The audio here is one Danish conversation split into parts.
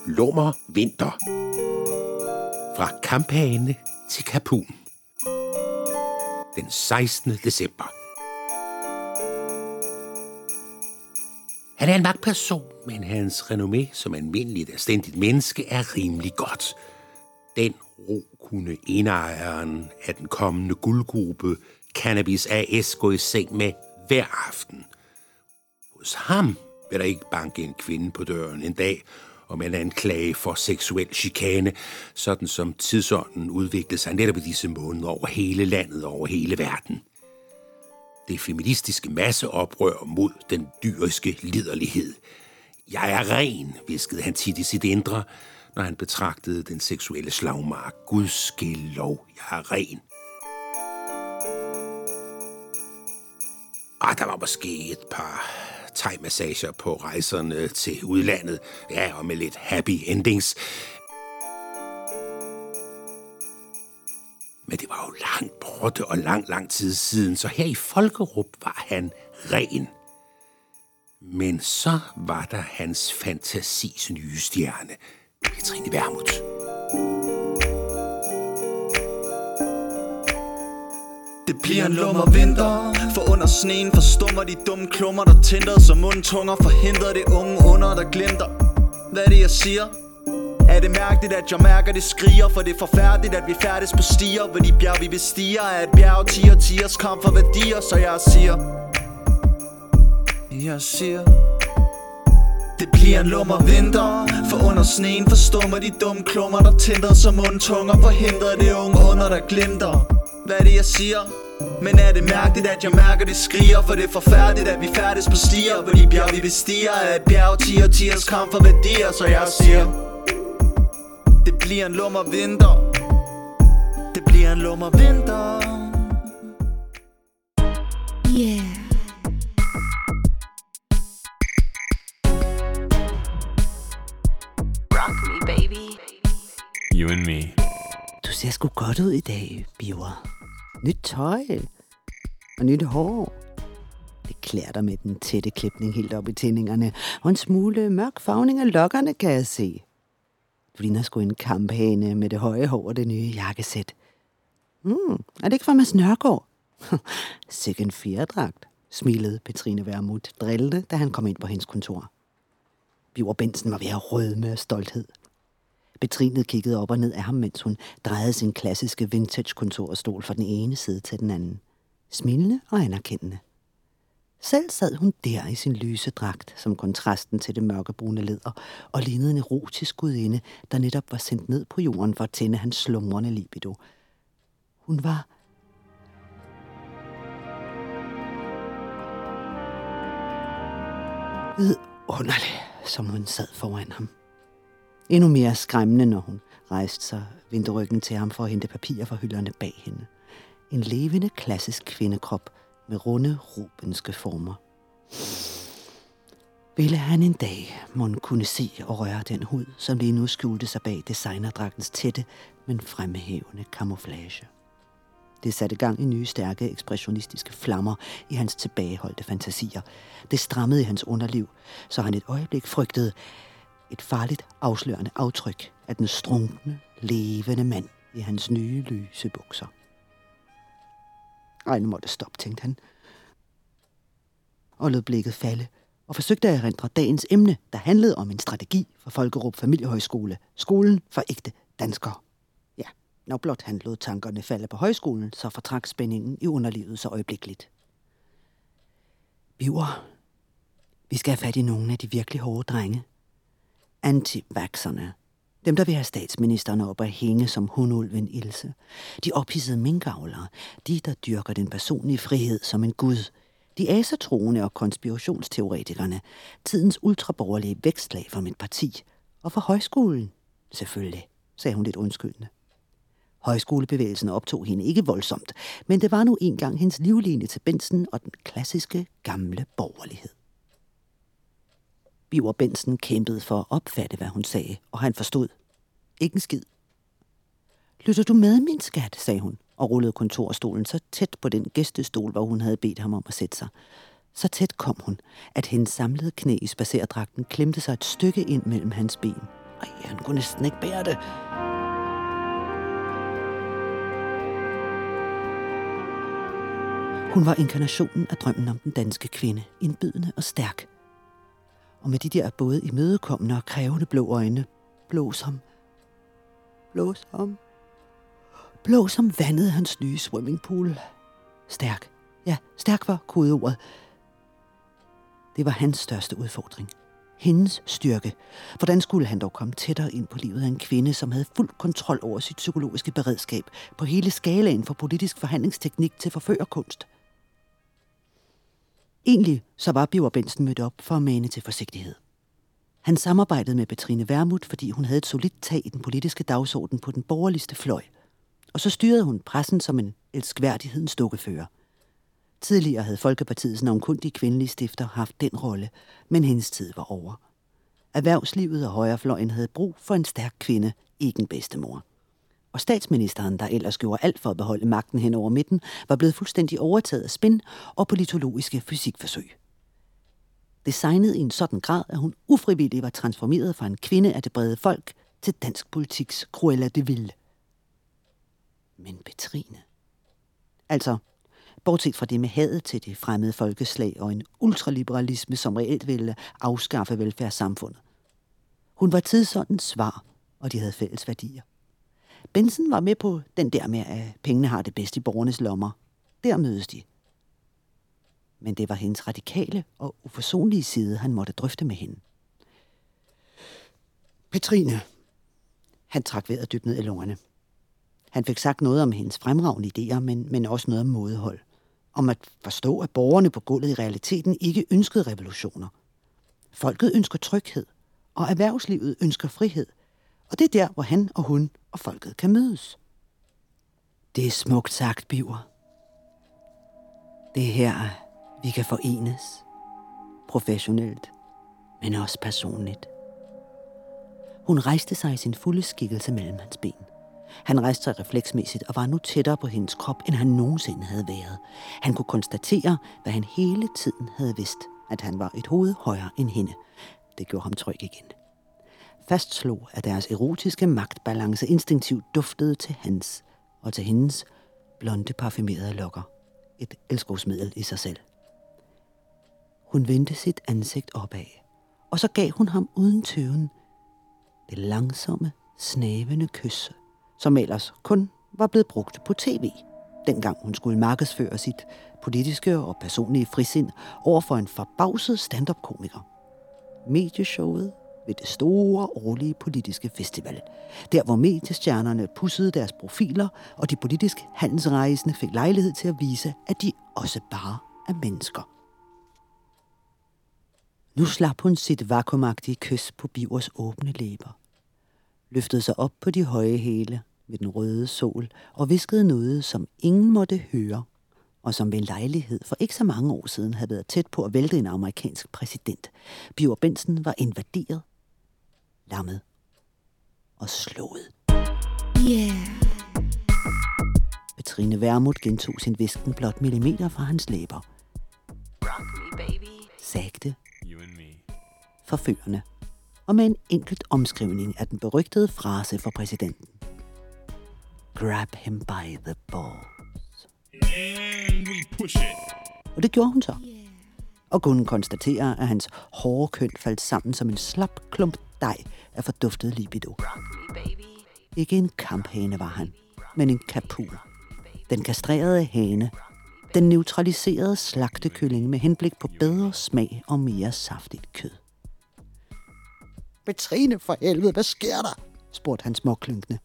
lummer vinter. Fra kampane til kapun. Den 16. december. Han er en magtperson, men hans renommé som almindeligt og stændigt menneske er rimelig godt. Den ro kunne indejeren af den kommende guldgruppe Cannabis AS gå i seng med hver aften. Hos ham vil der ikke banke en kvinde på døren en dag, og man anklage for seksuel chikane, sådan som tidsånden udviklede sig netop i disse måneder over hele landet og over hele verden. Det feministiske masseoprør mod den dyriske liderlighed. Jeg er ren, hviskede han tit i sit indre, når han betragtede den seksuelle slagmark. Gudskelov, jeg er ren. Og der var måske et par thai-massager på rejserne til udlandet. Ja, og med lidt happy endings. Men det var jo langt borte og lang tid siden, så her i Folkerup var han ren. Men så var der hans fantasis nye stjerne, Petrine Vermut. Det bliver en lummer vinter, for under sneen forstummer de dumme klummer, der tænder som mundtunger, forhindrer det unge under, der glimter. Hvad er det jeg siger? Er det mærkeligt, at jeg mærker det skriger? For det er forfærdeligt, at vi færdes på stier, hvor de bjerg vi bestiger er et bjerg, tiers kamp for værdier. Så jeg siger det bliver en lummer vinter, for under sneen forstummer de dumme klummer, der tænder som mundtunger, forhindrer det unge under, der glimter. Hvad er det jeg siger? Men er det mærkeligt, at jeg mærker det skriger? For det er forfærdeligt, at vi færdes på stier, hvor de bjerg vi bestiger er et bjerg, tiers kamp for værdier. Så jeg siger det bliver en lummer vinter. Det bliver en lummer vinter. Yeah. Rock me, baby. You and me. Du ser sgu godt ud i dag, Biver. Nyt tøj. Og nyt hår. Det klæder dig med den tætte klipning helt op i tændingerne. Og en smule mørk farvning af lokkerne, kan jeg se. Du ligner sgu en kamphane med det høje hår og det nye jakkesæt. Er det ikke fra Mads Nørgaard? Sikke en fjerdragt, smilede Petrine Vermut drillede, da han kom ind på hendes kontor. Biver Bensen var ved at rødme af stolthed. Petrine kiggede op og ned af ham, mens hun drejede sin klassiske vintage-kontorstol fra den ene side til den anden. Smilende og anerkendende. Selv sad hun der i sin lyse dragt, som kontrasten til det mørkebrune læder, og lignede en erotisk gudinde, der netop var sendt ned på jorden for at tænde hans slumrende libido. Hun var vidunderlig, som hun sad foran ham. Endnu mere skræmmende, når hun rejste sig, vendte ryggen til ham for at hente papirer fra hylderne bag hende. En levende, klassisk kvindekrop med runde, rubenske former. Ville han en dag måtte kunne se og røre den hud, som lige nu skjulte sig bag designerdragtens tætte, men fremhævende camouflage. Det satte gang i nye, stærke, ekspressionistiske flammer i hans tilbageholdte fantasier. Det strammede i hans underliv, så han et øjeblik frygtede et farligt, afslørende aftryk af den strunkne, levende mand i hans nye, lyse bukser. Ej, nu må det stoppe, tænkte han. Og lod blikket falde, og forsøgte at erindre dagens emne, der handlede om en strategi for Folkerup Familiehøjskole, skolen for ægte danskere. Ja, når blot han lod tankerne falde på højskolen, så fortrak spændingen i underlivet så øjeblikkeligt. Biver, vi skal have fat i nogle af de virkelig hårde drenge. Anti-vaxxerne. Dem, der vil have statsministerne op at hænge som hundulven Ilse. De ophidsede minkavlere. De, der dyrker den personlige frihed som en gud. De asatroende og konspirationsteoretikerne. Tidens ultraborgerlige vækstlag for mit parti. Og for højskolen. Selvfølgelig, sagde hun lidt undskyldende. Højskolebevægelsen optog hende ikke voldsomt, men det var nu engang hendes livline til Bensen og den klassiske gamle borgerlighed. Biver Bensen kæmpede for at opfatte, hvad hun sagde, og han forstod. Ikke en skid. Lytter du med, min skat, sagde hun, og rullede kontorstolen så tæt på den gæstestol, hvor hun havde bedt ham om at sætte sig. Så tæt kom hun, at hendes samlede knæ i spacerdragten klemte sig et stykke ind mellem hans ben. Ej, han kunne næsten ikke bære det. Hun var inkarnationen af drømmen om den danske kvinde, indbydende og stærk. Og med de der både imødekommende og krævende blå øjne, blå som vandede hans nye swimmingpool. Stærk. Ja, stærk var kodeordet. Det var hans største udfordring. Hendes styrke. Hvordan skulle han dog komme tættere ind på livet af en kvinde, som havde fuld kontrol over sit psykologiske beredskab på hele skalaen fra politisk forhandlingsteknik til forførerkunst? Egentlig så var Birger Bendtsen mødt op for at mane til forsigtighed. Han samarbejdede med Petrine Vermut, fordi hun havde et solidt tag i den politiske dagsorden på den borgerligste fløj. Og så styrede hun pressen som en elskværdighedens dukkefører. Tidligere havde Folkepartiets navnkundige kvindelige stifter haft den rolle, men hendes tid var over. Erhvervslivet og højrefløjen havde brug for en stærk kvinde, ikke en bedstemor. Og statsministeren, der ellers gjorde alt for at beholde magten hen over midten, var blevet fuldstændig overtaget af spin og politologiske fysikforsøg. Designet i en sådan grad, at hun ufrivilligt var transformeret fra en kvinde af det brede folk til dansk politiks Cruella de Vil. Men Petrine... Altså, bortset fra det med hadet til det fremmede folkeslag og en ultraliberalisme, som reelt ville afskaffe velfærdssamfundet. Hun var tidsåndens svar, og de havde fælles værdier. Bendtsen var med på den der med, at pengene har det bedst i borgernes lommer. Der mødes de. Men det var hendes radikale og uforsonlige side, han måtte drøfte med hende. Petrine. Han trak vejret dybt ned i lungerne. Han fik sagt noget om hendes fremragende idéer, men også noget om mådehold. Om at forstå, at borgerne på gulvet i realiteten ikke ønskede revolutioner. Folket ønsker tryghed, og erhvervslivet ønsker frihed. Og det er der, hvor han og hun og folket kan mødes. Det er smukt sagt, Birger. Det er her, vi kan forenes. Professionelt, men også personligt. Hun rejste sig i sin fulde skikkelse mellem hans ben. Han rejste sig refleksmæssigt og var nu tættere på hendes krop, end han nogensinde havde været. Han kunne konstatere, hvad han hele tiden havde vidst, at han var et hoved højere end hende. Det gjorde ham tryg igen. Fastslog, at deres erotiske magtbalance instinktivt duftede til hans og til hendes blonde parfumerede lokker. Et elskovsmiddel i sig selv. Hun vendte sit ansigt opad, og så gav hun ham uden tøven det langsomme, snævende kys, som ellers kun var blevet brugt på tv, dengang hun skulle markedsføre sit politiske og personlige frisind over for en forbavset stand-up-komiker. Medieshowet ved det store årlige politiske festival, der hvor mediestjernerne pudsede deres profiler, og de politisk handelsrejsende fik lejlighed til at vise, at de også bare er mennesker. Nu slap hun sit vakuumagtige kys på Birgers åbne læber, løftede sig op på de høje hæle ved den røde sol og viskede noget, som ingen måtte høre, og som ved lejlighed for ikke så mange år siden havde været tæt på at vælte en amerikansk præsident. Birger Bendtsen var invaderet, lammet og slået. Yeah. Petrine Vermut gentog sin hvisken blot millimeter fra hans læber. Rock me, baby. Sagte, You and me. forførende, og med en enkelt omskrivning af den berygtede frase for præsidenten. Grab him by the balls. And we push it. Og det gjorde hun så. Og kunne konstatere, at hans hårde køn faldt sammen som en slap klump dej af forduftet libido. Rock me, baby. Ikke en kamphane var han, men en kapur. Den kastrerede hane. Den neutraliserede slagtekylling med henblik på bedre smag og mere saftigt kød. Petrine, for helvede, hvad sker der? Spurgte han småklynkende.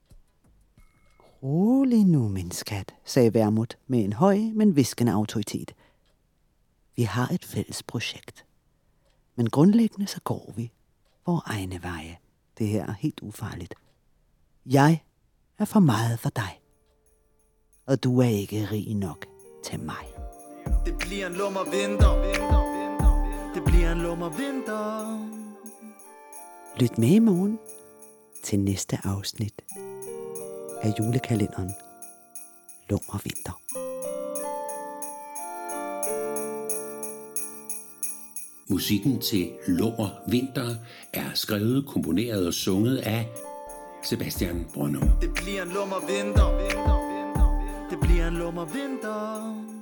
Rolig nu, min skat, sagde Vermut med en høj, men hviskende autoritet. Vi har et fælles projekt. Men grundlæggende så går vi vores egne veje. Det her er helt ufarligt. Jeg er for meget for dig. Og du er ikke rig nok til mig. Det bliver en lummer vinter. Det bliver en lummer vinter. Lyt med i morgen til næste afsnit af julekalenderen Lummer Vinter. Musikken til Lummer Vinter er skrevet, komponeret og sunget af Sebastian Brøndum. Det bliver en lummer vinter. Det bliver en lummer vinter.